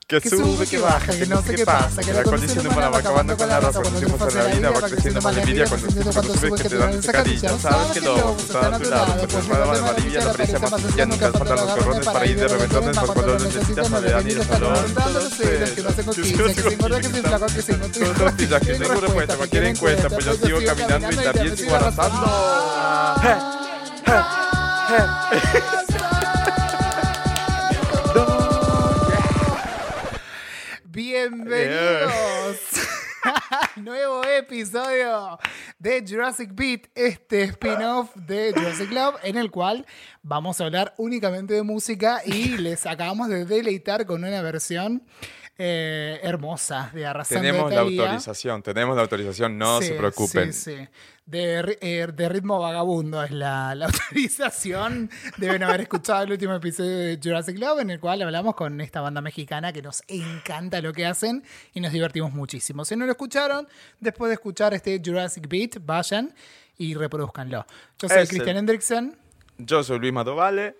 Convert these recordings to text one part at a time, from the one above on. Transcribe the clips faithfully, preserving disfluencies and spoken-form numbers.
Que sube, que baja, que no sé qué pasa, que la condición humana va acabando con la raza. Cuando triunfas en la vida va creciendo más la envidia. Cuando subes que te dan esa carilla, sabes que lo está a tu lado. Después de la maravilla, la pereza más sencilla, nunca faltan los corrones para ir de reventones. Por cuando necesitas madera ni el salón. Todos ustedes, que no hacen cosquillas, que se engorda, que se inflaca, que se engorda. Todos los pillas que tengo respuesta, cualquier encuesta, pues yo sigo caminando y también sigo arrasando. Bienvenidos al nuevo episodio de Jurassic Beat, este spin-off de Jurassic Love, en el cual vamos a hablar únicamente de música y les acabamos de deleitar con una versión eh, hermosa de Arrasando Tenemos de la Thalía. autorización, tenemos la autorización, no Sí, se preocupen. Sí, sí. De, eh, de Ritmo Vagabundo es la, la autorización. Deben haber escuchado el último episodio de Jurassic Love, en el cual hablamos con esta banda mexicana que nos encanta lo que hacen y nos divertimos muchísimo. Si no lo escucharon, después de escuchar este Jurassic Beat, vayan y reproduzcanlo. Yo soy Es Christian el- Hendrickson. Yo soy Luis Madovale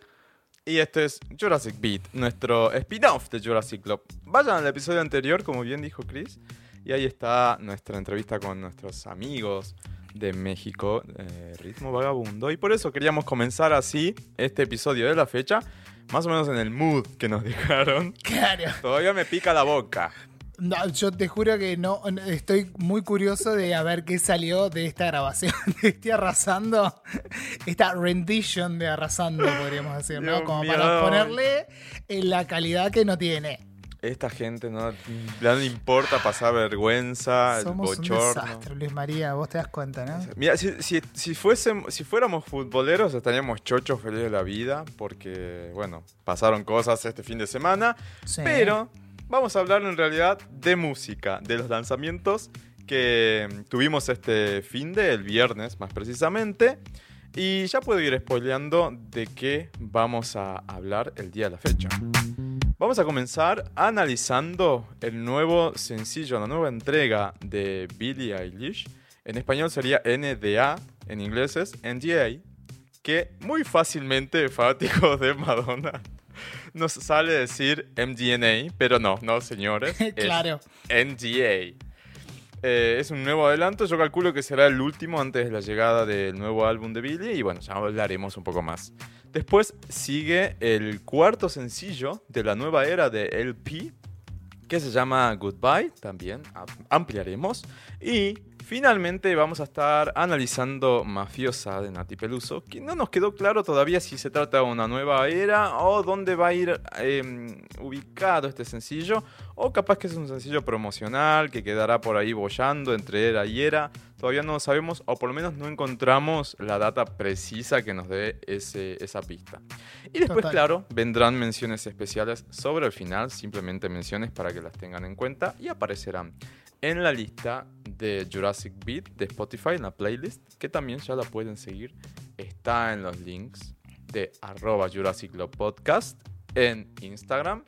y este es Jurassic Beat, nuestro spin-off de Jurassic Club. Vayan al episodio anterior, como bien dijo Chris, y ahí está nuestra entrevista con nuestros amigos de México, eh, Ritmo Vagabundo. Y por eso queríamos comenzar así este episodio de la fecha, más o menos en el mood que nos dejaron. Claro. Todavía me pica la boca. No, yo te juro que no, estoy muy curioso de a ver qué salió de esta grabación de este Arrasando, esta rendition de Arrasando, podríamos decir, ¿no? Dios Como mío. para ponerle en la calidad que no tiene. Esta gente no, no le importa pasar vergüenza, Somos el bochorno. un desastre, Luis María, vos te das cuenta, ¿no? Mira, si, si, si, fuésemos, si fuéramos futboleros estaríamos chochos felices de la vida porque, bueno, pasaron cosas este fin de semana, Sí. pero vamos a hablar en realidad de música, de los lanzamientos que tuvimos este fin de, el viernes más precisamente, y ya puedo ir spoileando de qué vamos a hablar el día de la fecha. Vamos a comenzar analizando el nuevo sencillo, la nueva entrega de Billie Eilish. En español sería N D A, en inglés es N D A, que muy fácilmente, fanáticos de Madonna, nos sale decir M D N A, pero no, no señores, Claro. es N D A. Eh, es un nuevo adelanto, yo calculo que será el último antes de la llegada del nuevo álbum de Billie y bueno, ya hablaremos un poco más. Después sigue el cuarto sencillo de la nueva era de L P, que se llama Goodbye, también ampliaremos. Y finalmente vamos a estar analizando Mafiosa de Nati Peluso, que no nos quedó claro todavía si se trata de una nueva era o dónde va a ir eh, ubicado este sencillo, o capaz que es un sencillo promocional que quedará por ahí boyando entre era y era. Todavía no lo sabemos, o por lo menos no encontramos la data precisa que nos dé ese, esa pista. Y después, Total. claro, vendrán menciones especiales sobre el final, simplemente menciones para que las tengan en cuenta y aparecerán en la lista de Jurassic Beat de Spotify, en la playlist, que también ya la pueden seguir. Está en los links de arroba Jurassic Club Podcast en Instagram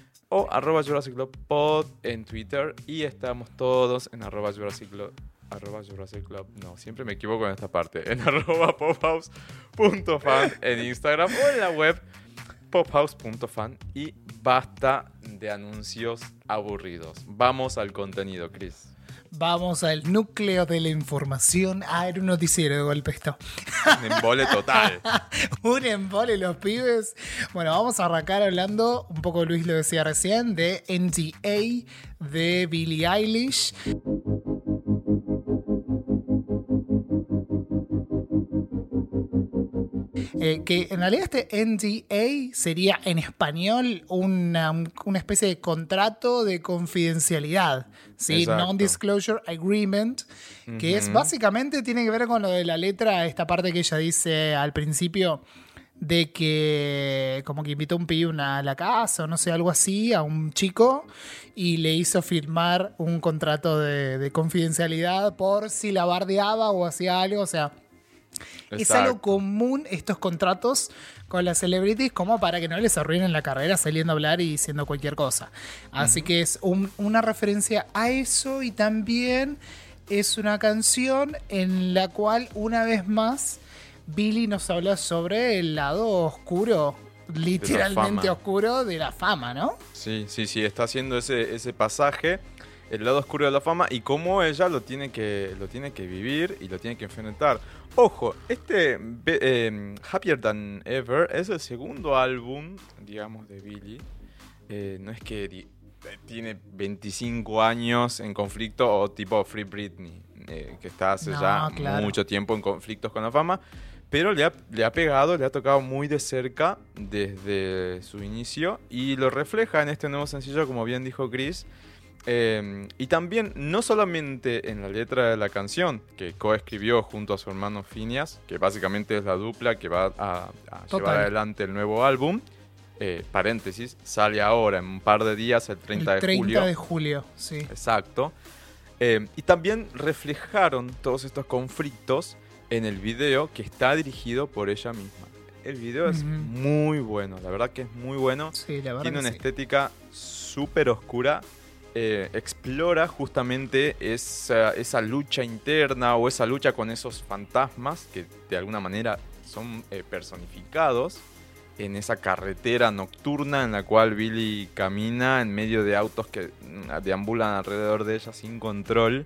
o arroba Jurassic Club Pod en Twitter, y estamos todos en arroba Jurassic Club. Arroba Jurassic Club, no, siempre me equivoco en esta parte. En arroba pophouse punto fan en Instagram o en la web pophouse punto fan. Y basta de anuncios aburridos. Vamos al contenido, Chris. Vamos al núcleo de la información. Ah, era un noticiero de golpe esto. Un embole total. Un embole los pibes. Bueno, vamos a arrancar hablando, un poco Luis lo decía recién, de N D A de Billie Eilish. Eh, que en realidad este N D A sería en español una, una especie de contrato de confidencialidad, ¿sí? Exacto. Non-disclosure agreement, que Ujú. es básicamente tiene que ver con lo de la letra, esta parte que ella dice al principio de que como que invitó a un pibe a la casa o no sé, algo así, a un chico y le hizo firmar un contrato de, de confidencialidad por si la bardeaba o hacía algo, o sea... Es Exacto. algo común estos contratos con las celebrities como para que no les arruinen la carrera saliendo a hablar y diciendo cualquier cosa. Así que es un- una referencia a eso, y también es una canción en la cual una vez más Billie nos habla sobre el lado oscuro literalmente fama. oscuro de la fama, ¿no? Sí, sí, sí, está haciendo ese, ese pasaje, el lado oscuro de la fama, y cómo ella lo tiene que, lo tiene que vivir y lo tiene que enfrentar. Ojo, este eh, Happier Than Ever es el segundo álbum, digamos, de Billie. Eh, no es que di- tiene veinticinco años en conflicto o tipo Free Britney, eh, que está hace No, ya claro. mucho tiempo en conflictos con la fama. Pero le ha, le ha pegado, le ha tocado muy de cerca desde su inicio y lo refleja en este nuevo sencillo, como bien dijo Chris. Eh, y también, no solamente en la letra de la canción, que coescribió junto a su hermano Phineas, que básicamente es la dupla que va a, a llevar adelante el nuevo álbum. Eh, paréntesis, sale ahora en un par de días, el treinta El de julio. treinta de julio, sí. Exacto. Eh, y también reflejaron todos estos conflictos en el video que está dirigido por ella misma. El video es Ujú. muy bueno, la verdad que es muy bueno. Sí, la verdad Tiene que una sí. estética súper oscura. Eh, explora justamente esa, esa lucha interna o esa lucha con esos fantasmas que de alguna manera son eh, personificados en esa carretera nocturna en la cual Billie camina en medio de autos que mm, deambulan alrededor de ella sin control.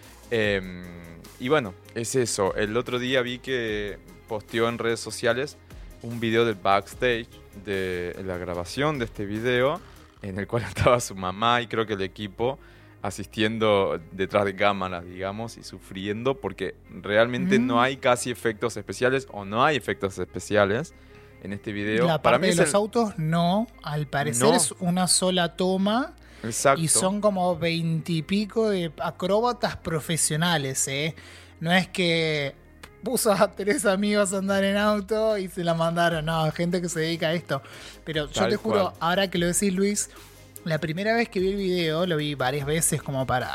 Eh, y bueno, es eso. El otro día vi que posteó en redes sociales un video del backstage de la grabación de este video, en el cual estaba su mamá y creo que el equipo asistiendo detrás de cámaras, digamos, y sufriendo porque realmente Mm. no hay casi efectos especiales o no hay efectos especiales en este video. La Para parte mí de es los el... autos, no. Al parecer No. es una sola toma. Exacto. Y son como veintipico de acróbatas profesionales, ¿eh? No es que puso a tres amigos a andar en auto y se la mandaron. No, gente que se dedica a esto. Pero yo Tal te juro, cual. ahora que lo decís, Luis, la primera vez que vi el video, lo vi varias veces como para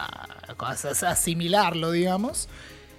asimilarlo, digamos.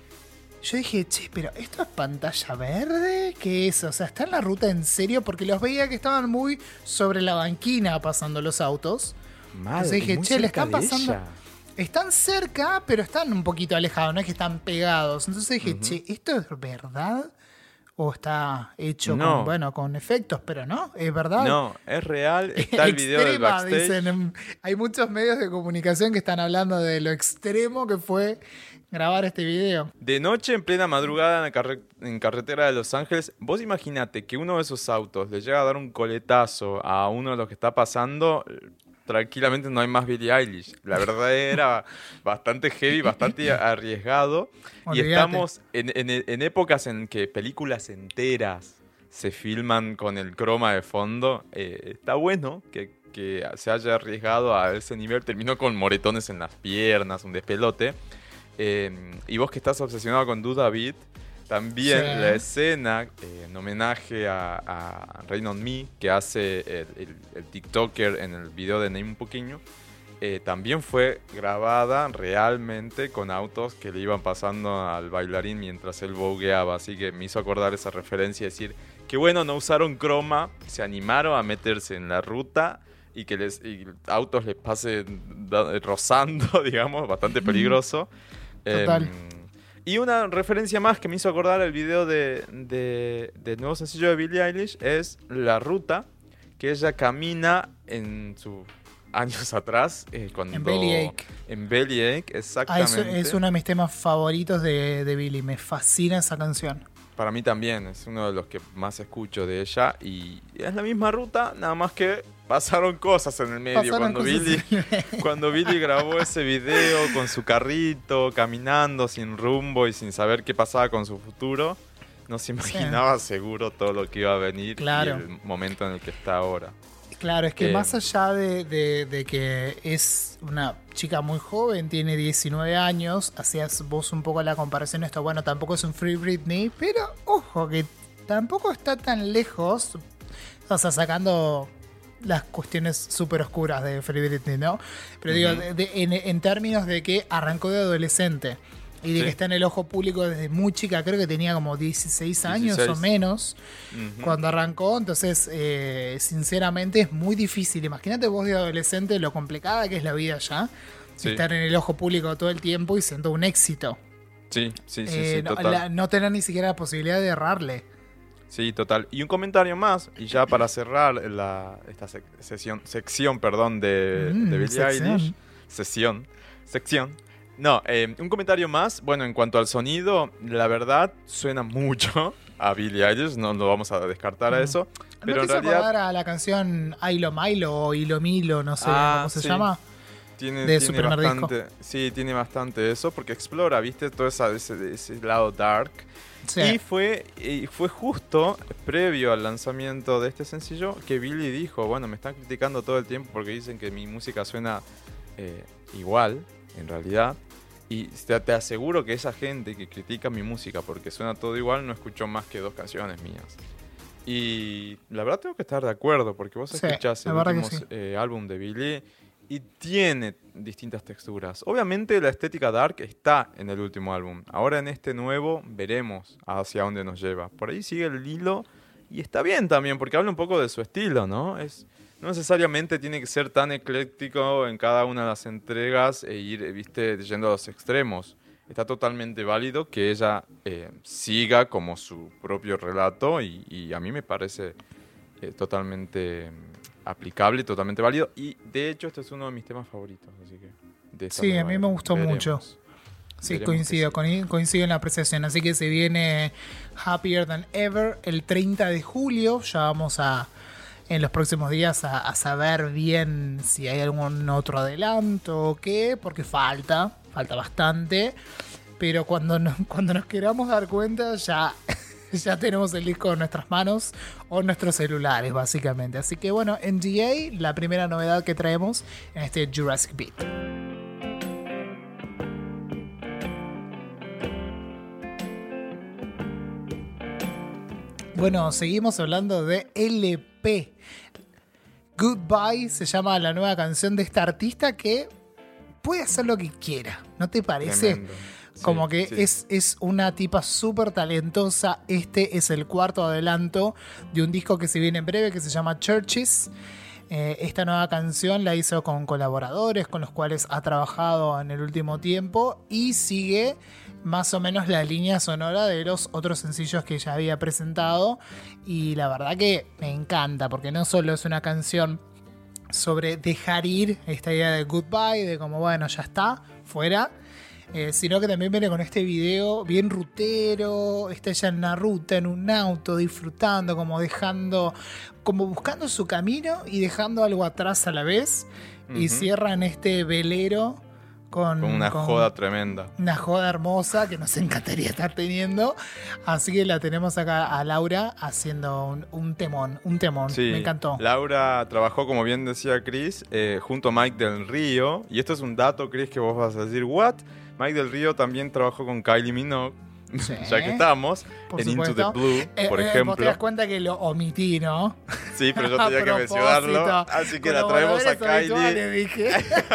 Yo dije, che, pero ¿esto es pantalla verde? ¿Qué es? O sea, ¿está en la ruta en serio? Porque los veía que estaban muy sobre la banquina pasando los autos. Mal, Entonces dije, y muy che, le cerca están de pasando. ella. Están cerca, pero están un poquito alejados, no es que están pegados. Entonces dije, Ujú. che, ¿esto es verdad? ¿O está hecho No. con, bueno, con efectos? Pero no, es verdad. No, es real. Está el video del Extrema, backstage. dicen. en- Hay muchos medios de comunicación que están hablando de lo extremo que fue grabar este video. De noche, en plena madrugada, en, la carre- en carretera de Los Ángeles, vos imaginate que uno de esos autos le llega a dar un coletazo a uno de los que está pasando, tranquilamente no hay más Billie Eilish. La verdad era bastante heavy, bastante arriesgado. Y Olvídate. estamos en, en- en épocas en que películas enteras se filman con el croma de fondo. Eh, está bueno que, que se haya arriesgado a ese nivel. Terminó con moretones en las piernas, un despelote. Eh, y vos que estás obsesionado con Duda Beat, también Sí. la escena eh, en homenaje a, a Rain on Me que hace el, el- el TikToker en el video de Name un Poquinho, eh, también fue grabada realmente con autos que le iban pasando al bailarín mientras él vogueaba. Así que me hizo acordar esa referencia y decir que bueno, no usaron croma, se animaron a meterse en la ruta y que les y autos les pasen da- rozando, digamos, bastante peligroso. Total. Em, y una referencia más que me hizo acordar el video de, de- del nuevo sencillo de Billie Eilish es la ruta que ella camina en sus años atrás. eh, cuando, En Bellyache. En Bellyache, Ah, exactamente. es, es uno de mis temas favoritos de, de Billie. Me fascina esa canción. Para mí también, es uno de los que más escucho de ella. Y es la misma ruta, nada más que pasaron cosas en el medio. Pasaron Cuando cosas Billie, cuando Billie grabó ese video con su carrito, caminando sin rumbo y sin saber qué pasaba con su futuro, no se imaginaba seguro todo lo que iba a venir Claro. y el momento en el que está ahora. Claro, es que Eh, más allá de, de- de que es una chica muy joven, tiene diecinueve años, hacías vos un poco la comparación, esto bueno, tampoco es un Free Britney, pero ojo, que tampoco está tan lejos, o sea, sacando las cuestiones súper oscuras de Free Britney, ¿no? Pero digo, Ujú. de- de- en, en términos de que arrancó de adolescente y de Sí. que está en el ojo público desde muy chica, creo que tenía como dieciséis años o dieciséis. menos Ujú. cuando arrancó, entonces eh, sinceramente es muy difícil. Imagínate vos de adolescente lo complicada que es la vida ya, Sí. estar en el ojo público todo el tiempo y siendo un éxito. Sí, sí, sí, Eh, sí, no, total. la- no tener ni siquiera la posibilidad de errarle. Sí, total. Y un comentario más, y ya para cerrar la, esta sec- sesión, sección perdón, de, Mm, de Billie sección. Eilish. Sesión. Sección. No, eh, un comentario más. Bueno, en cuanto al sonido, la verdad suena mucho a Billie Eilish, no lo vamos a descartar a Mm. eso. Pero ¿No en te hizo realidad acordar a la canción Ailo Milo o Hilo Milo, no sé Ah, cómo se sí. llama? tiene, de tiene su primer disco. bastante. Sí, tiene bastante eso, porque explora, ¿viste? Todo esa- ese, ese lado dark. Sí. Y fue, y fue justo previo al lanzamiento de este sencillo que Billy dijo, bueno, me están criticando todo el tiempo porque dicen que mi música suena eh, igual, en realidad. Y te, te aseguro que esa gente que critica mi música porque suena todo igual no escuchó más que dos canciones mías. Y la verdad tengo que estar de acuerdo porque vos Sí, escuchás el la verdad que último sí. eh, álbum de Billy y tiene distintas texturas. Obviamente la estética dark está en el último álbum. Ahora en este nuevo veremos hacia dónde nos lleva. Por ahí sigue el hilo y está bien también porque habla un poco de su estilo, ¿no? Es, no necesariamente tiene que ser tan ecléctico en cada una de las entregas e ir, viste, yendo a los extremos. Está totalmente válido que ella eh, siga como su propio relato y, y a mí me parece eh, totalmente mm, aplicable, totalmente válido. Y de hecho este es uno de mis temas favoritos, así que de esta Sí, a nueva mí me era. gustó Veremos. mucho. Sí, Veremos coincido, que sí. con- coincido en la apreciación. Así que se viene Happier Than Ever el treinta de julio. Ya vamos a, en los próximos días, a, a saber bien si hay algún otro adelanto o qué, porque falta, falta bastante. Pero cuando nos, cuando nos queramos dar cuenta, ya, ya tenemos el disco en nuestras manos o en nuestros celulares, básicamente. Así que bueno, N G A, la primera novedad que traemos en este Jurassic Beat. Bueno, seguimos hablando de L P. Goodbye se llama la nueva canción de esta artista que puede hacer lo que quiera, ¿no te parece? Tremendo. Sí, Como que sí. es, es una tipa súper talentosa. Este es el cuarto adelanto de un disco que se viene en breve que se llama Churches. Eh, esta nueva canción la hizo con colaboradores con los cuales ha trabajado en el último tiempo y sigue más o menos la línea sonora de los otros sencillos que ya había presentado. Y la verdad que me encanta porque no solo es una canción sobre dejar ir esta idea de goodbye, de como bueno, ya está, fuera. Eh, sino que también viene con este video bien rutero, está ella en una ruta, en un auto, disfrutando, como dejando, como buscando su camino y dejando algo atrás a la vez. Y Ujú. cierra en este velero con, Con una con joda tremenda. una joda hermosa que nos encantaría estar teniendo. Así que la tenemos acá a Laura haciendo un, un temón, un temón. Sí, Me encantó. Laura trabajó, como bien decía Chris, eh, junto a Mike del Río. Y esto es un dato, Chris, que vos vas a decir, ¿what? Mike del Río también trabajó con Kylie Minogue, Sí, ya que estamos, por en Into supuesto. the Blue, Eh, por eh, ejemplo. Vos te das cuenta que lo omití, ¿no? Sí, pero yo A tenía que mencionarlo. propósito. Así que la traemos a Colaboradores Kylie. habituales, dije.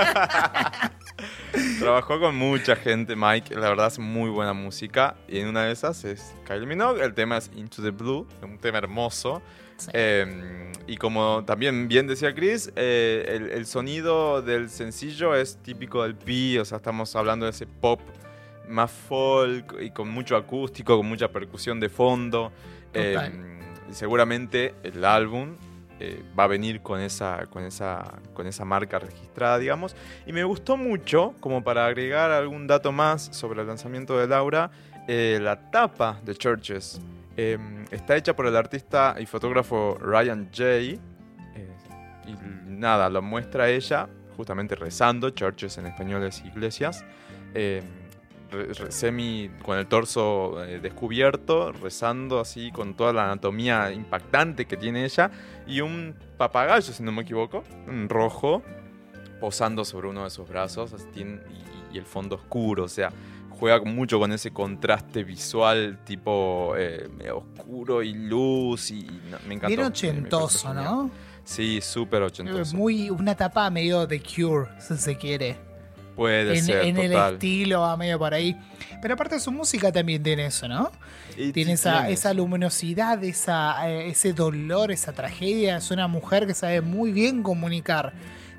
Trabajó con mucha gente, Mike. La verdad, hace muy buena música. Y en una de esas es Kylie Minogue. El tema es Into the Blue, un tema hermoso. Sí. Eh, y como también bien decía Chris, eh, el, el sonido del sencillo es típico del Pi. O sea, estamos hablando de ese pop más folk y con mucho acústico, con mucha percusión de fondo. Eh, Total. y seguramente el álbum eh, va a venir con esa, con, esa, con esa marca registrada, digamos. Y me gustó mucho, como para agregar algún dato más sobre el lanzamiento de Laura, eh, la tapa de Churches. Eh, está hecha por el artista y fotógrafo Ryan Jay. Eh, y nada, lo muestra ella justamente rezando. Churches en español es iglesias. Eh, re- re- semi con el torso eh, descubierto, rezando así con toda la anatomía impactante que tiene ella. Y un papagayo, si no me equivoco, un rojo, posando sobre uno de sus brazos. Así tiene- y, y el fondo oscuro, o sea, juega mucho con ese contraste visual tipo eh, medio oscuro y luz. Y, y no, me encantó. Bien Me- me ochentoso, pareció ¿no? genial. Sí, súper ochentoso. Muy, una tapa medio de Cure, si se quiere. Puede En, ser, en el total. estilo va medio por ahí. Pero aparte su música también tiene eso, ¿no? Y Tiene sí, esa, tiene esa eso. luminosidad, esa, eh, ese dolor, esa tragedia. Es una mujer que sabe muy bien comunicar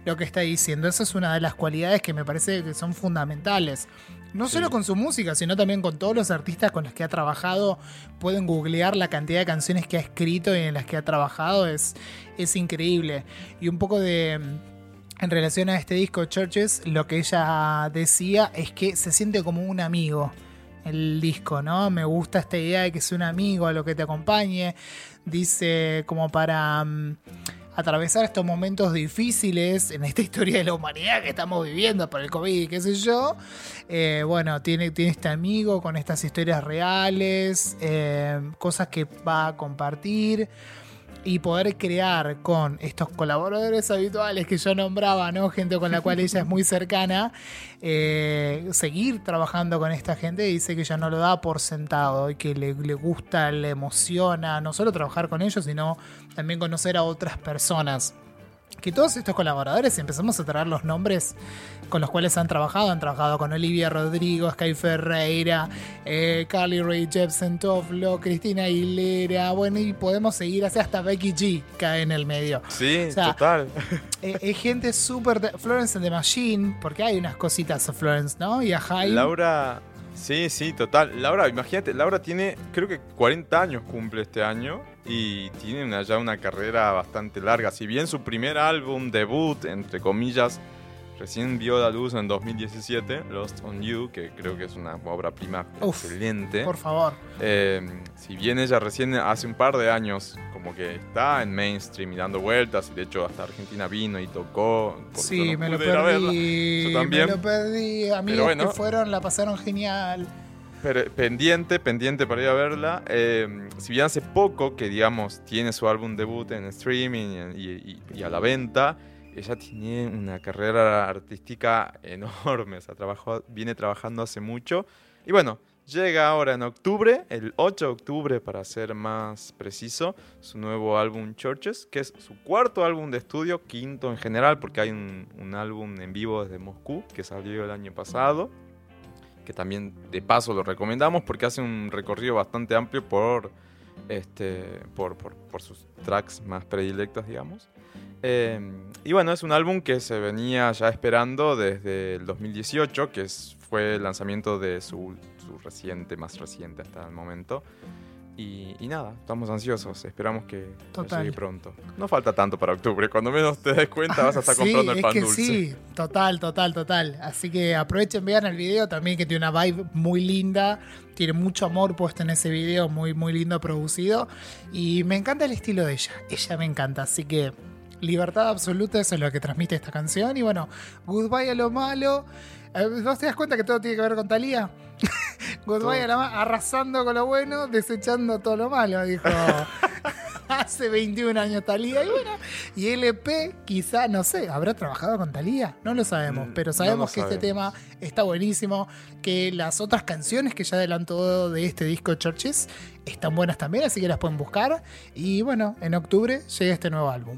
lo que está diciendo. Esa es una de las cualidades que me parece que son fundamentales. No Sí. solo con su música, sino también con todos los artistas con los que ha trabajado. Pueden googlear la cantidad de canciones que ha escrito y en las que ha trabajado. Es, es increíble. Y un poco de... En relación a este disco, Churches, lo que ella decía es que se siente como un amigo el disco, ¿no? Me gusta esta idea de que es un amigo a lo que te acompañe. Dice como para um, atravesar estos momentos difíciles en esta historia de la humanidad que estamos viviendo por el COVID y qué sé yo. Eh, bueno, tiene, tiene este amigo con estas historias reales, eh, cosas que va a compartir. Y poder crear con estos colaboradores habituales que yo nombraba, ¿no? Gente con la cual ella es muy cercana, eh, seguir trabajando con esta gente. Dice que ella no lo da por sentado y que le, le gusta, le emociona, no solo trabajar con ellos, sino también conocer a otras personas. Que todos estos colaboradores, empezamos a traer los nombres con los cuales han trabajado. Han trabajado con Olivia Rodrigo, Sky Ferreira, eh, Carly Rae Jepsen, Toflo, Cristina Aguilera. Bueno, y podemos seguir así hasta Becky G cae en el medio. Sí, O sea, total. Es eh, gente súper... Florence and the Machine, porque hay unas cositas a Florence, ¿no? Y a Haim. Laura, sí, sí, total. Laura, imagínate, Laura tiene, creo que cuarenta años cumple este año y tiene una, ya una carrera bastante larga. Si bien su primer álbum, debut, entre comillas, recién vio la luz en dos mil diecisiete, Lost on You, que creo que es una obra prima Uf, excelente. por favor. Eh, si bien ella recién hace un par de años como que está en mainstream y dando vueltas, y de hecho hasta Argentina vino y tocó. porque yo Sí, no me lo pude ir a verla. perdí. Yo también. Me lo perdí. Amigos bueno. que fueron, la pasaron genial. Pero pendiente, pendiente para ir a verla. Eh, si bien hace poco que, digamos, tiene su álbum debut en streaming y, y- y a la venta, ella tiene una carrera artística enorme. O sea, trabajó, viene trabajando hace mucho. Y bueno, llega ahora en octubre, el ocho de octubre para ser más preciso, su nuevo álbum Churches, que es su cuarto álbum de estudio, quinto en general, porque hay un, un álbum en vivo desde Moscú que salió el año pasado, que también de paso lo recomendamos porque hace un recorrido bastante amplio por, este, por, por, por sus tracks más predilectos, digamos. Eh, y bueno, es un álbum que se venía ya esperando desde el dos mil dieciocho, que es, fue el lanzamiento de su, su reciente, más reciente hasta el momento. Y, y nada, estamos ansiosos, esperamos que Total. llegue pronto. No falta tanto para octubre, cuando menos te des cuenta vas a estar Sí, comprando el es pan que dulce. sí, total, total, total. Así que aprovechen, vean el video también, que tiene una vibe muy linda. Tiene mucho amor puesto en ese video, muy, muy lindo producido. Y me encanta el estilo de ella. Ella me encanta, así que libertad absoluta, eso es lo que transmite esta canción. Y bueno, Goodbye a lo malo. Eh, ¿Vos te das cuenta que todo tiene que ver con Thalía? Goodbye a la ma- arrasando con lo bueno, desechando todo lo malo, dijo hace veintiún años Thalía. Y bueno, y L P quizá, no sé, ¿habrá trabajado con Thalía? No lo sabemos, Mm, pero no sabemos lo que este sabemos. tema está buenísimo, que las otras canciones que ya adelantó de este disco Churches están buenas también, así que las pueden buscar. Y bueno, en octubre llega este nuevo álbum.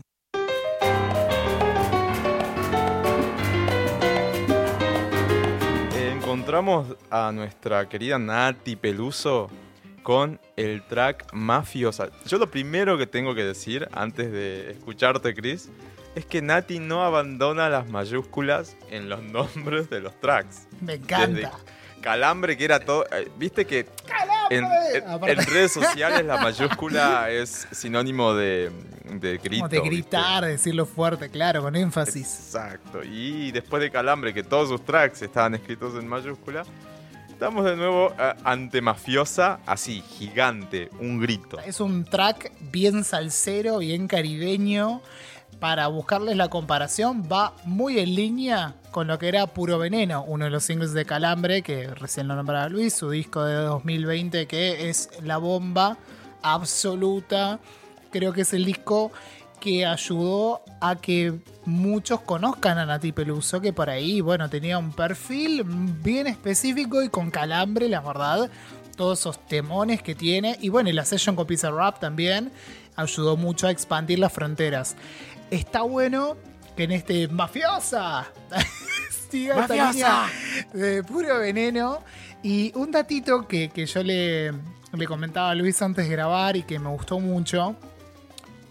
Eh, encontramos a nuestra querida Nati Peluso con el track Mafiosa. Yo lo primero que tengo que decir antes de escucharte, Chris, es que Nati no abandona las mayúsculas en los nombres de los tracks. Me encanta. Desde Calambre, que era todo... eh, Viste que en, en- Aparte- en redes sociales la mayúscula es sinónimo de, de grito. Como de ¿viste? gritar, decirlo fuerte, claro, con énfasis. Exacto. Y después de Calambre, que todos sus tracks estaban escritos en mayúscula, estamos de nuevo eh, ante Mafiosa, así, gigante, un grito. Es un track bien salsero, bien caribeño. Para buscarles la comparación, va muy en línea con lo que era Puro Veneno, uno de los singles de Calambre, que recién lo nombraba Luis, su disco de dos mil veinte, que es la bomba absoluta. Creo que es el disco que ayudó a que muchos conozcan a Nati Peluso, que por ahí, bueno, tenía un perfil bien específico y con Calambre, la verdad, todos esos temones que tiene. Y bueno, y la session con Pizza Rap también ayudó mucho a expandir las fronteras. Está bueno que en este Mafiosa siga esta ¡Mafiosa! línea de Puro Veneno. Y un datito que, que yo le, le comentaba a Luis antes de grabar y que me gustó mucho.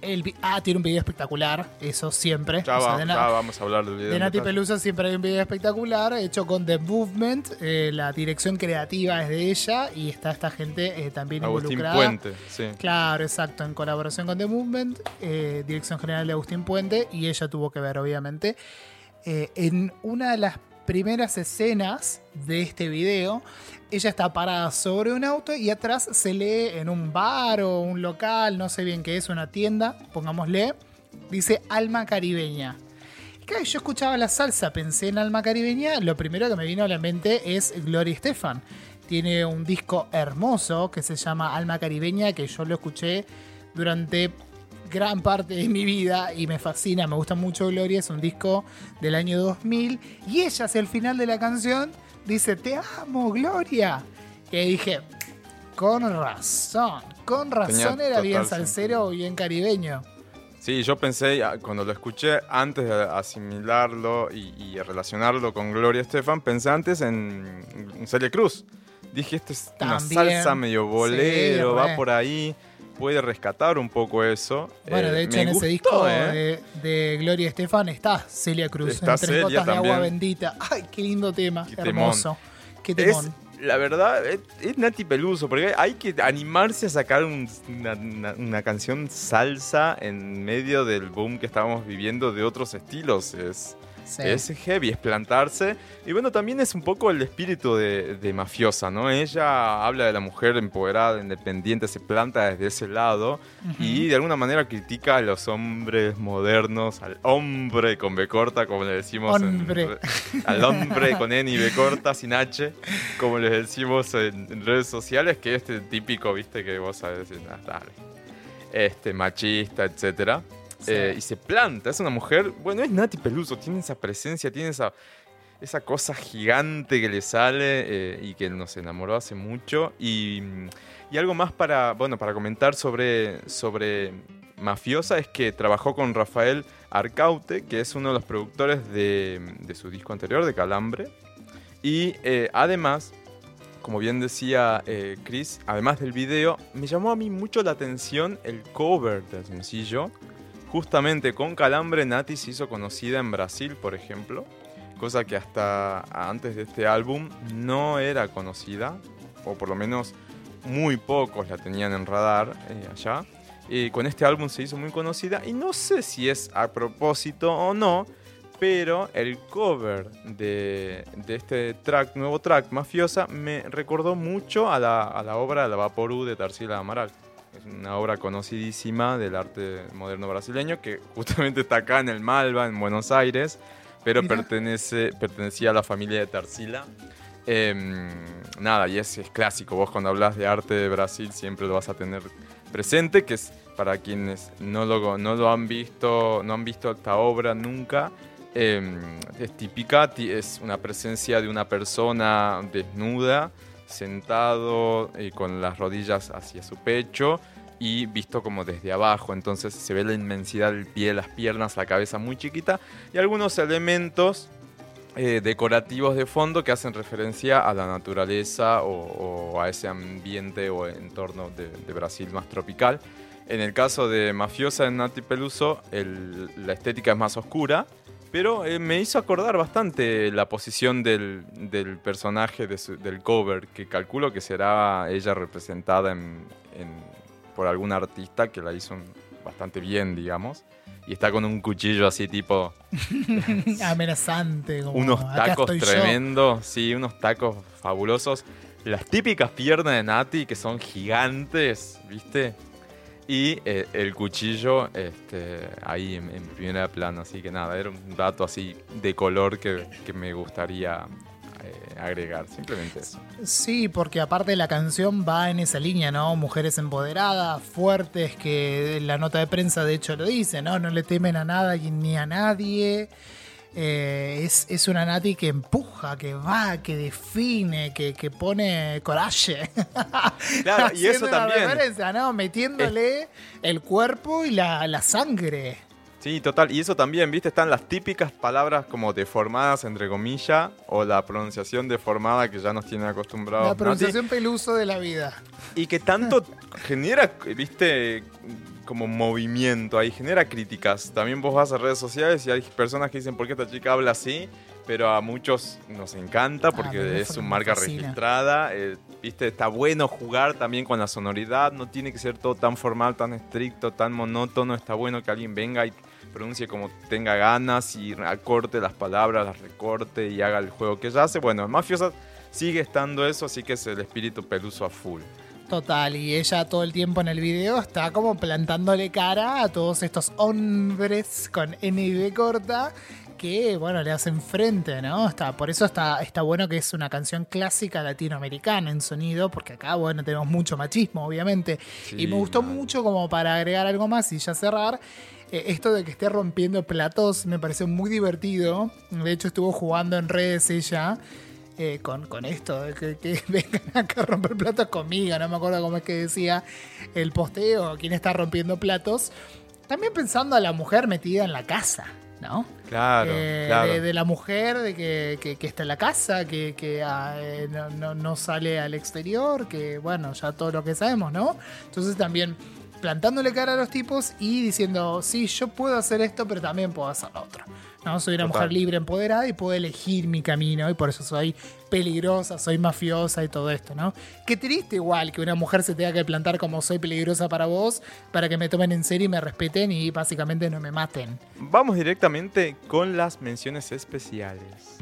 El, vi- ah, tiene un video espectacular, eso siempre. Ya, O sea, va- de ya na- vamos a hablar del video. De en Nati detalle. Peluso siempre hay un video espectacular hecho con The Movement. Eh, la dirección creativa es de ella y está esta gente eh, también Agustín involucrada. Puente, sí. Claro, exacto, en colaboración con The Movement, eh, dirección general de Agustín Puente, y ella tuvo que ver, obviamente. Eh, en una de las primeras escenas de este video, ella está parada sobre un auto y atrás se lee en un bar o un local, no sé bien qué es, una tienda, pongámosle, dice Alma Caribeña. Y claro, yo escuchaba la salsa, pensé en Alma Caribeña, lo primero que me vino a la mente es Gloria Estefan. Tiene un disco hermoso que se llama Alma Caribeña, que yo lo escuché durante gran parte de mi vida y me fascina, me gusta mucho Gloria, es un disco del año dos mil y ella hacia el final de la canción dice te amo Gloria, y ahí dije con razón, con razón Tenía era bien total salsero o bien caribeño. Sí, yo pensé, ah, cuando lo escuché, antes de asimilarlo y, y relacionarlo con Gloria Estefan, pensé antes en, en Celia Cruz. Dije, esto es una También. salsa medio bolero, Sí, va re. por ahí, puede rescatar un poco eso. Bueno, Eh, de hecho me en gustó, ese disco ¿eh? de, de Gloria Estefan está Celia Cruz, Está en Tres Celia gotas de también. agua bendita. Ay, qué lindo tema, Qué temón. hermoso. Qué Es, temón. la verdad, es, es Nati Peluso, porque hay que animarse a sacar un- una, una- una canción salsa en medio del boom que estábamos viviendo de otros estilos. Es, Sí. es heavy, es plantarse. Y bueno, también es un poco el espíritu de, de Mafiosa, ¿no? Ella habla de la mujer empoderada, independiente, se planta desde ese lado y de alguna manera critica a los hombres modernos, al hombre con B corta, como le decimos. en- Hombre. al hombre con N y B corta, sin H, como les decimos en, en redes sociales, que es este típico, viste, que vos sabés, ah, dale, este, machista, etcétera. Sí. Eh, y se planta, es una mujer, bueno, es Nati Peluso, tiene esa presencia, tiene esa, esa cosa gigante que le sale eh, y que nos enamoró hace mucho. Y, y algo más para, bueno, para comentar sobre, sobre Mafiosa es que trabajó con Rafael Arcaute, que es uno de los productores de, de su disco anterior, de Calambre. Y eh, además, como bien decía eh, Chris, además del video, me llamó a mí mucho la atención el cover del sencillo. Justamente con Calambre, Nati se hizo conocida en Brasil, por ejemplo, cosa que hasta antes de este álbum no era conocida, o por lo menos muy pocos la tenían en radar eh, allá. Y con este álbum se hizo muy conocida, y no sé si es a propósito o no, pero el cover de, de este track, nuevo track, Mafiosa, me recordó mucho a la, a la obra La Vaporú de Tarsila Amaral. Es una obra conocidísima del arte moderno brasileño que justamente está acá en el Malva, en Buenos Aires, pero Mirá. pertenece, pertenecía a la familia de Tarsila. Eh, nada, y es, es clásico. Vos cuando hablas de arte de Brasil siempre lo vas a tener presente, que es para quienes no lo, no lo han visto, no han visto esta obra nunca. Eh, es típica, ti- es una presencia de una persona desnuda, sentado eh, con las rodillas hacia su pecho y visto como desde abajo, entonces se ve la inmensidad del pie, las piernas, la cabeza muy chiquita y algunos elementos eh, decorativos de fondo que hacen referencia a la naturaleza o, o a ese ambiente o entorno de, de Brasil más tropical. En el caso de Mafiosa en Nati Peluso, el- la estética es más oscura, pero eh, me hizo acordar bastante la posición del, del personaje de su- del cover, que calculo que será ella representada en, en- por algún artista que la hizo un- bastante bien, digamos. Y está con un cuchillo así tipo Amenazante. Como, unos acá tacos estoy yo. tremendos, sí, unos tacos fabulosos. Las típicas piernas de Nati que son gigantes, ¿viste? Y eh, el cuchillo este, ahí en, en primera plana. Así que nada, era un dato así de color que, que me gustaría eh, agregar. Simplemente eso. Sí, porque aparte la canción va en esa línea, ¿no? Mujeres empoderadas, fuertes, que la nota de prensa de hecho lo dice, ¿no? No le temen a nada y ni a nadie. Eh, es, es una Nati que empuja, que va, que define, que, que pone coraje. Claro, y eso Haciendo una también. referencia, ¿no? Metiéndole el cuerpo y la, la sangre. Sí, total. Y eso también, ¿viste? Están las típicas palabras como deformadas, entre comillas, o la pronunciación deformada que ya nos tiene acostumbrados. La Nati. pronunciación peluso de la vida. Y que tanto genera, ¿viste? como movimiento ahí, genera críticas. También vos vas a redes sociales y hay personas que dicen, ¿por qué esta chica habla así? Pero a muchos nos encanta porque ah, es su marca registrada. Eh, Viste, está bueno jugar también con la sonoridad. No tiene que ser todo tan formal, tan estricto, tan monótono. Está bueno que alguien venga y pronuncie como tenga ganas y acorte las palabras, las recorte y haga el juego que ella hace. Bueno, en Mafiosa sigue estando eso, así que es el espíritu Peluso a full. Total, y ella todo el tiempo en el video está como plantándole cara a todos estos hombres con N y B corta que, bueno, le hacen frente, ¿no? Está, por eso está, está bueno que es una canción clásica latinoamericana en sonido, porque acá, bueno, tenemos mucho machismo, obviamente. Sí, y me gustó man. mucho, como para agregar algo más y ya cerrar, eh, esto de que esté rompiendo platos me pareció muy divertido. De hecho, estuvo jugando en redes ella. Eh, con, con esto, de que, que vengan acá a romper platos conmigo, no me acuerdo cómo es que decía el posteo, quién está rompiendo platos, también pensando a la mujer metida en la casa, ¿no? Claro, eh, claro. De, de la mujer de que, que, que está en la casa, que, que eh, no, no, no sale al exterior, que bueno, ya todo lo que sabemos, ¿no? Entonces también plantándole cara a los tipos y diciendo, sí, yo puedo hacer esto, pero también puedo hacer lo otro. No, soy una Total. mujer libre, empoderada y puedo elegir mi camino y por eso soy peligrosa, soy mafiosa y todo esto, ¿no? Qué triste igual que una mujer se tenga que plantar como soy peligrosa para vos, para que me tomen en serio y me respeten y básicamente no me maten. Vamos directamente con las menciones especiales.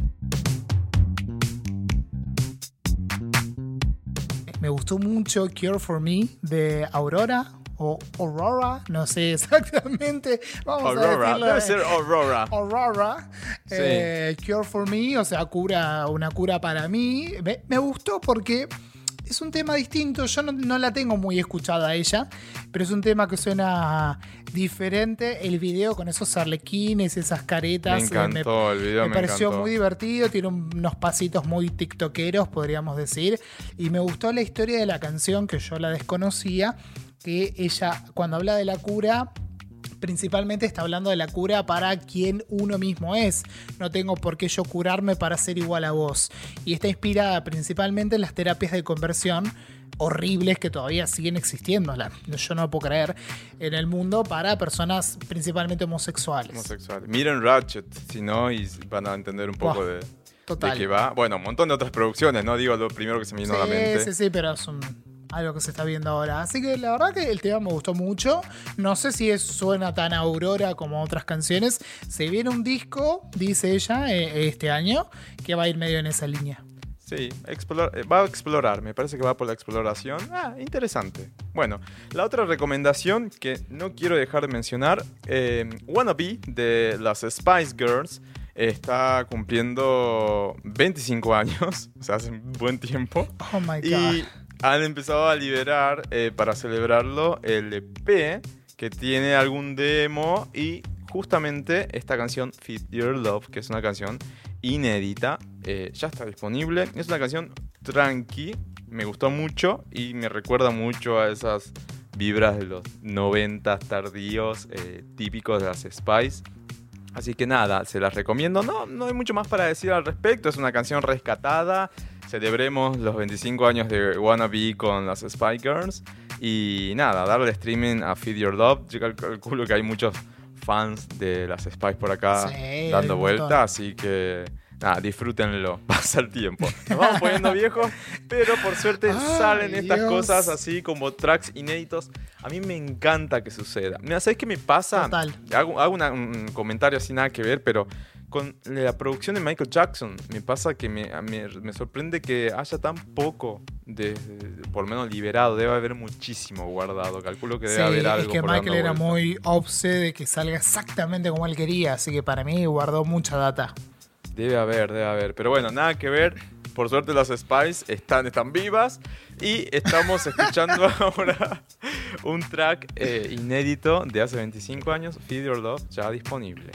Me gustó mucho Cure for Me de Aurora. O Aurora, no sé exactamente. Vamos Aurora, a decirlo. debe ser Aurora. Aurora, sí. eh, Cure for Me, o sea, cura, una cura para mí. Me, me gustó porque es un tema distinto. Yo no, no la tengo muy escuchada a ella, pero es un tema que suena diferente. El video con esos arlequines, esas caretas. Me encantó, me, el video me, me pareció encantó. muy divertido. Tiene unos pasitos muy tiktokeros, podríamos decir. Y me gustó la historia de la canción, que yo la desconocía. Que ella, cuando habla de la cura, principalmente está hablando de la cura para quien uno mismo es. No tengo por qué yo curarme para ser igual a vos. Y está inspirada principalmente en las terapias de conversión horribles que todavía siguen existiendo, yo no lo puedo creer, en el mundo para personas principalmente homosexuales. Homosexuales. Miren Ratchet, si no, y van a entender un poco oh, de, total. de qué va. Bueno, un montón de otras producciones, ¿no? Digo lo primero que se me vino sí, a la mente. Sí, sí, pero es un... algo que se está viendo ahora. Así que la verdad que el tema me gustó mucho. No sé si es, suena tan Aurora como otras canciones. Se viene un disco, dice ella, eh, este año, que va a ir medio en esa línea. Sí, explora, va a explorar. Me parece que va por la exploración. Ah, interesante. Bueno, la otra recomendación que no quiero dejar de mencionar, eh, Wannabe de las Spice Girls. Está cumpliendo veinticinco años. O sea, hace un buen tiempo. Oh my God. Y han empezado a liberar, eh, para celebrarlo, el E P que tiene algún demo y justamente esta canción Feed Your Love, que es una canción inédita, eh, ya está disponible. Es una canción tranqui, me gustó mucho y me recuerda mucho a esas vibras de los noventas tardíos, eh, típicos de las Spice. Así que nada, se las recomiendo. No, no hay mucho más para decir al respecto, es una canción rescatada. Celebremos los veinticinco años de Wannabe con las Spice Girls. Y nada, darle streaming a Feed Your Love. Yo calculo que hay muchos fans de las Spice por acá sí, dando vuelta. Así que nada, disfrútenlo. Pasa el tiempo. Nos vamos poniendo viejos, pero por suerte Ay, salen estas Dios. cosas así como tracks inéditos. A mí me encanta que suceda. Mira, ¿sabes qué me pasa? Total. Hago, hago una, un comentario así, nada que ver, pero... con la producción de Michael Jackson me pasa que me, me, me sorprende que haya tan poco de, de, por lo menos liberado. Debe haber muchísimo guardado, calculo que debe sí, haber algo es que por Michael era vuelta. muy obse de que salga exactamente como él quería, así que para mí guardó mucha data. Debe haber, debe haber, pero bueno, nada que ver. Por suerte las Spice están, están vivas y estamos escuchando ahora un track eh, inédito de hace veinticinco años, Feed Your Love, ya disponible.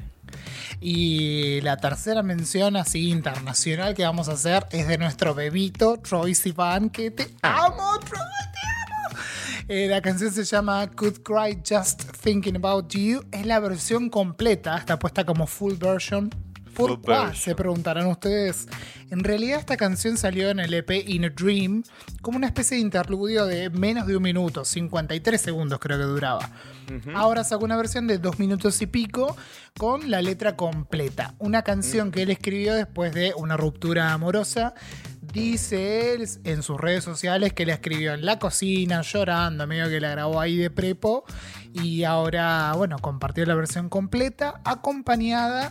Y la tercera mención así internacional que vamos a hacer es de nuestro bebito, Troye Sivan, que te amo, Troye, te amo. Eh, la canción se llama Could Cry Just Thinking About You. Es la versión completa, está puesta como full version. ¿Por qué? version. Se preguntarán ustedes. En realidad esta canción salió en el E P In a Dream como una especie de interludio de menos de un minuto, cincuenta y tres segundos creo que duraba. Uh-huh. Ahora sacó una versión de dos minutos y pico con la letra completa. Una canción uh-huh. que él escribió después de una ruptura amorosa. Dice él en sus redes sociales que la escribió en la cocina, llorando, medio que la grabó ahí de prepo. Y ahora, bueno, compartió la versión completa, acompañada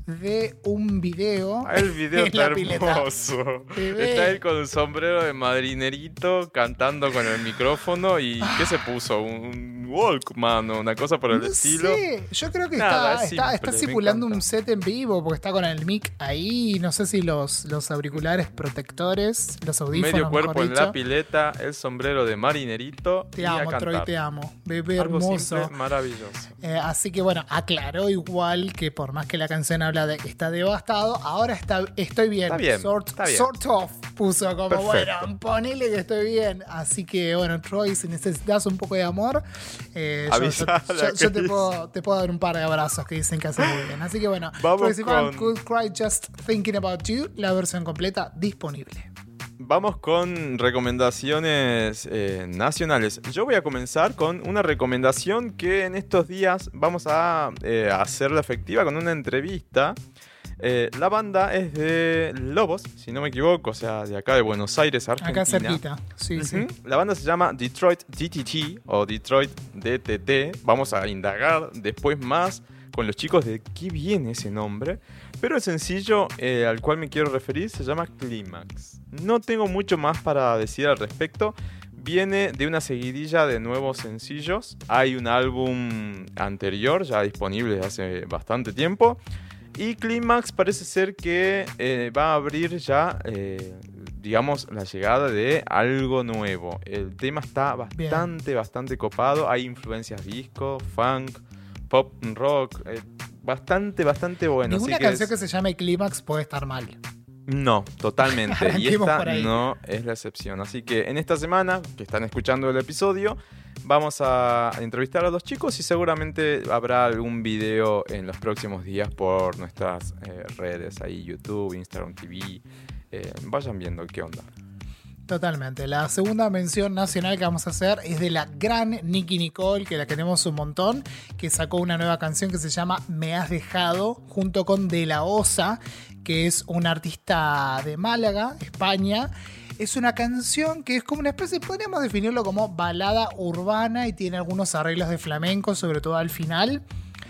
de un video. El video está hermoso. Está él con un sombrero de marinerito cantando con el micrófono. ¿Y qué se puso? ¿Un Walkman o una cosa por el no estilo? Sé. Yo creo que Nada, está, simple, está, está simulando un set en vivo porque está con el mic ahí. No sé si los, los auriculares protectores, los audífonos. Medio cuerpo en dicho. la pileta, el sombrero de marinerito. Te y amo, a cantar. Troy, te amo. Bebé Algo hermoso. Simple, maravilloso. Eh, así que bueno, aclaró igual que por más que la canción habla de que está devastado, ahora está, estoy bien. Está bien, sort, está bien. Sort of puso como, Perfecto. bueno, ponele que estoy bien. Así que bueno, Troy, si necesitas un poco de amor, eh, yo, yo, yo, yo te, puedo, te puedo dar un par de abrazos que dicen que hace muy bien. Así que bueno, Vamos Troy con... Could Cry Just Thinking About You, la versión completa disponible. Vamos con recomendaciones eh, nacionales. Yo voy a comenzar con una recomendación que en estos días vamos a eh, hacerla efectiva con una entrevista. Eh, la banda es de Lobos, si no me equivoco, o sea, de acá de Buenos Aires, Argentina. Acá cerquita, sí, uh-huh. sí. La banda se llama Detroit D T T o Detroit D T T. Vamos a indagar después más con los chicos de qué viene ese nombre. Pero el sencillo eh, al cual me quiero referir se llama Clímax. No tengo mucho más para decir al respecto. Viene de una seguidilla de nuevos sencillos. Hay un álbum anterior ya disponible desde hace bastante tiempo. Y Clímax parece ser que eh, va a abrir ya, eh, digamos, la llegada de algo nuevo. El tema está bastante, Bien. bastante copado. Hay influencias disco, funk, pop, rock. Eh, bastante, bastante bueno. Ninguna Así canción que, es... que se llame Clímax puede estar mal. No, totalmente. Y esta no es la excepción. Así que en esta semana que están escuchando el episodio, vamos a entrevistar a los chicos y seguramente habrá algún video en los próximos días por nuestras eh, redes, ahí YouTube, Instagram T V. Eh, vayan viendo qué onda. Totalmente. La segunda mención nacional que vamos a hacer es de la gran Nicki Nicole, que la queremos un montón, que sacó una nueva canción que se llama Me Has Dejado, junto con De La Osa, que es un artista de Málaga, España. Es una canción que es como una especie, podríamos definirlo como balada urbana y tiene algunos arreglos de flamenco, sobre todo al final.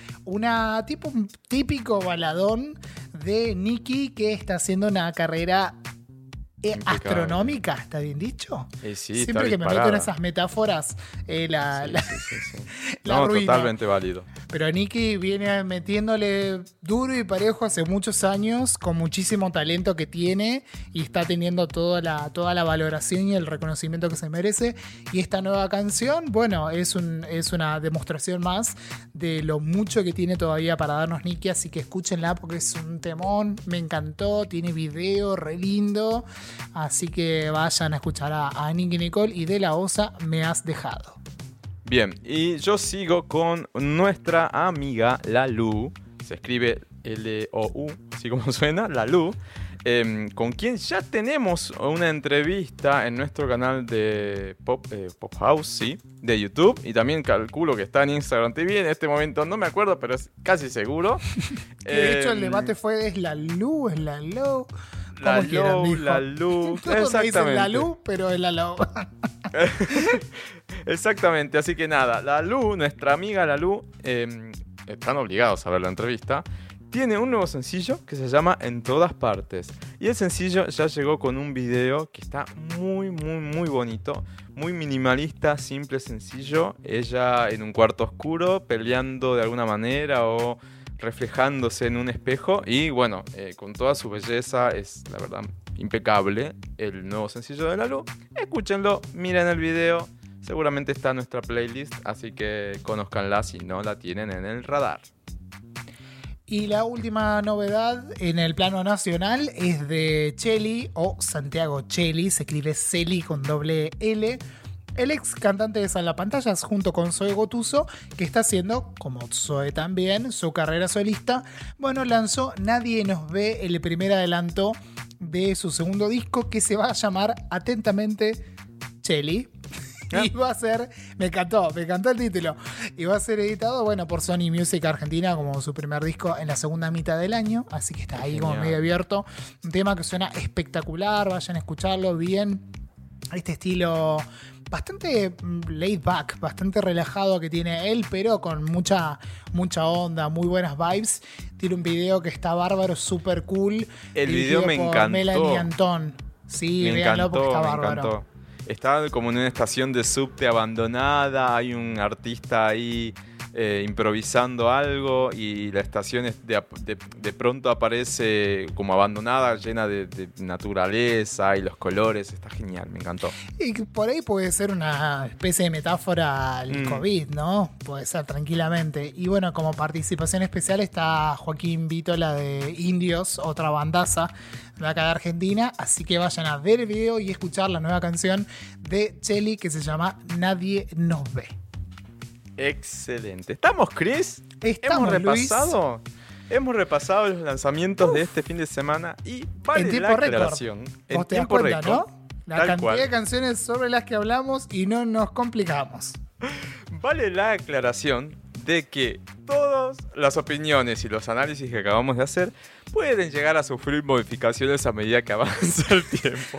Una tipo, un típico baladón de Nicki que está haciendo una carrera Eh, astronómica, ¿está bien dicho? Eh, sí, Siempre que disparada. Me meto en esas metáforas, eh, la, sí, la, sí, sí, sí. la no, ruina. Totalmente válido. Pero Nicki viene metiéndole duro y parejo hace muchos años, con muchísimo talento que tiene y está teniendo toda la, toda la valoración y el reconocimiento que se merece. Y esta nueva canción, bueno, es, un, es una demostración más de lo mucho que tiene todavía para darnos Nicki, así que escúchenla porque es un temón, me encantó, tiene video re lindo. Así que vayan a escuchar a, a Nicki Nicole y De La Osa, Me Has Dejado. Bien, y yo sigo con nuestra amiga Lalu. Se escribe L O U, así como suena, Lalu. Eh, con quien ya tenemos una entrevista en nuestro canal de Pop, eh, Pop House, sí, de YouTube. Y también calculo que está en Instagram T V. En este momento no me acuerdo, pero es casi seguro. Que de hecho el debate fue, ¿es Lalu? ¿Es Lalu? La Low, la Lu. Exactamente. La Lu, pero es la Low. Exactamente, así que nada, la Lu, nuestra amiga la Lu, eh, están obligados a ver la entrevista. Tiene un nuevo sencillo que se llama En Todas Partes. Y el sencillo ya llegó con un video que está muy, muy, muy bonito. Muy minimalista, simple, sencillo. Ella en un cuarto oscuro, peleando de alguna manera o reflejándose en un espejo. Y bueno, eh, con toda su belleza, es la verdad impecable el nuevo sencillo de la Lu. Escúchenlo, miren el video. Seguramente está en nuestra playlist, así que conózcanla si no la tienen en el radar. Y la última novedad en el plano nacional es de Chely o Santiago Chely, se escribe Celi con doble L, el ex cantante de Salvapantallas junto con Zoe Gotuso, que está haciendo, como Zoe también, su carrera solista. Bueno, lanzó Nadie Nos Ve, el primer adelanto de su segundo disco, que se va a llamar atentamente Cheli. Y va a ser, me encantó, me encantó el título. Y va a ser editado, bueno, por Sony Music Argentina como su primer disco en la segunda mitad del año. Así que está ahí Genial. Como medio abierto. Un tema que suena espectacular, vayan a escucharlo bien. Este estilo bastante laid back, bastante relajado que tiene él, pero con mucha, mucha onda, muy buenas vibes. Tiene un video que está bárbaro, súper cool. El video me encantó. Melanie Antón. Sí, me véanlo encantó, porque está me bárbaro. Encantó. Está como en una estación de subte abandonada, hay un artista ahí eh, improvisando algo y la estación es de, de, de pronto aparece como abandonada, llena de, de naturaleza y los colores. Está genial, me encantó. Y por ahí puede ser una especie de metáfora al mm. COVID, ¿no? Puede ser tranquilamente. Y bueno, como participación especial está Joaquín Vítola de Indios, otra bandaza de acá de Argentina, así que vayan a ver el video y escuchar la nueva canción de Cheli que se llama Nadie Nos Ve. Excelente. ¿Estamos, Chris? Estamos, ¿Hemos repasado? Luis. Hemos repasado los lanzamientos Uf. de este fin de semana y vale en tiempo la récord. aclaración. Vos En te das tiempo cuenta, récord. ¿no? La Tal cantidad cual. de canciones sobre las que hablamos y no nos complicamos. Vale la aclaración de que todas las opiniones y los análisis que acabamos de hacer pueden llegar a sufrir modificaciones a medida que avanza el tiempo.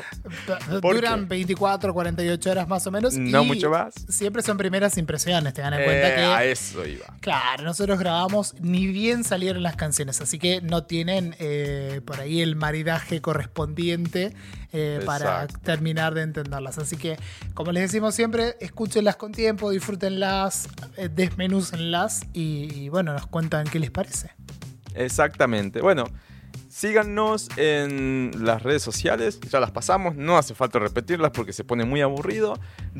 Duran veinticuatro, cuarenta y ocho horas más o menos. No y mucho más. Siempre son primeras impresiones, tengan en Eh, cuenta que... a eso iba. Claro, nosotros grabamos ni bien salieron las canciones, así que no tienen eh, por ahí el maridaje correspondiente eh, para terminar de entenderlas. Así que, como les decimos siempre, escúchenlas con tiempo, disfrútenlas, eh, desmenúcenlas y, y bueno, nos cuentan qué les parece. Exactamente. Bueno, síganos en las redes sociales, ya las pasamos, no hace falta repetirlas porque se pone muy aburrido.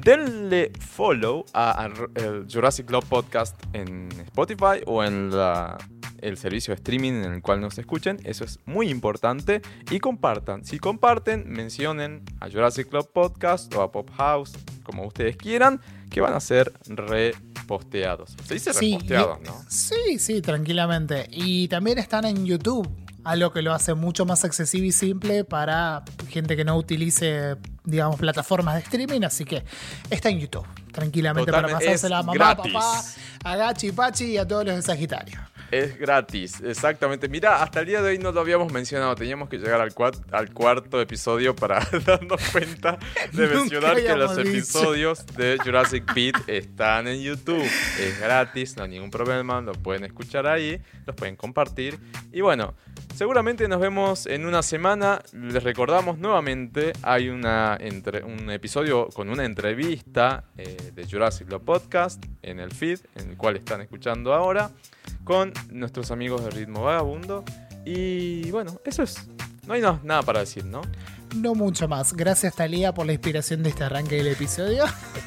Denle follow a, a el Jurassic Club Podcast en Spotify o en la, el servicio de streaming en el cual nos escuchen, eso es muy importante. Y compartan, si comparten, mencionen a Jurassic Club Podcast o a Pop House, como ustedes quieran, que van a ser reposteados. Se dice sí, reposteados, y, ¿no? Sí, sí, tranquilamente. Y también están en YouTube, algo que lo hace mucho más accesible y simple para gente que no utilice, digamos, plataformas de streaming. Así que está en YouTube, tranquilamente. Totalmente, para pasársela a mamá, gratis. papá, a Gachi, Pachi y a todos los de Sagitario. Es gratis, exactamente. Mirá, hasta el día de hoy no lo habíamos mencionado. Teníamos que llegar al, cuat- al cuarto episodio para darnos cuenta de mencionar que los dicho. episodios de Jurassic Beat están en YouTube. Es gratis, no hay ningún problema. Lo pueden escuchar ahí, los pueden compartir. Y bueno, seguramente nos vemos en una semana. Les recordamos nuevamente, hay una entre- un episodio con una entrevista eh, de Jurassic Club Podcast en el feed, en el cual están escuchando ahora, con nuestros amigos de Ritmo Vagabundo. Y bueno, eso es. No hay no, nada para decir, ¿no? No mucho más. Gracias, Talía, por la inspiración de este arranque del episodio.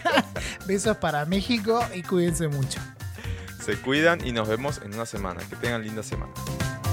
Besos para México y cuídense mucho. Se cuidan y nos vemos en una semana. Que tengan linda semana.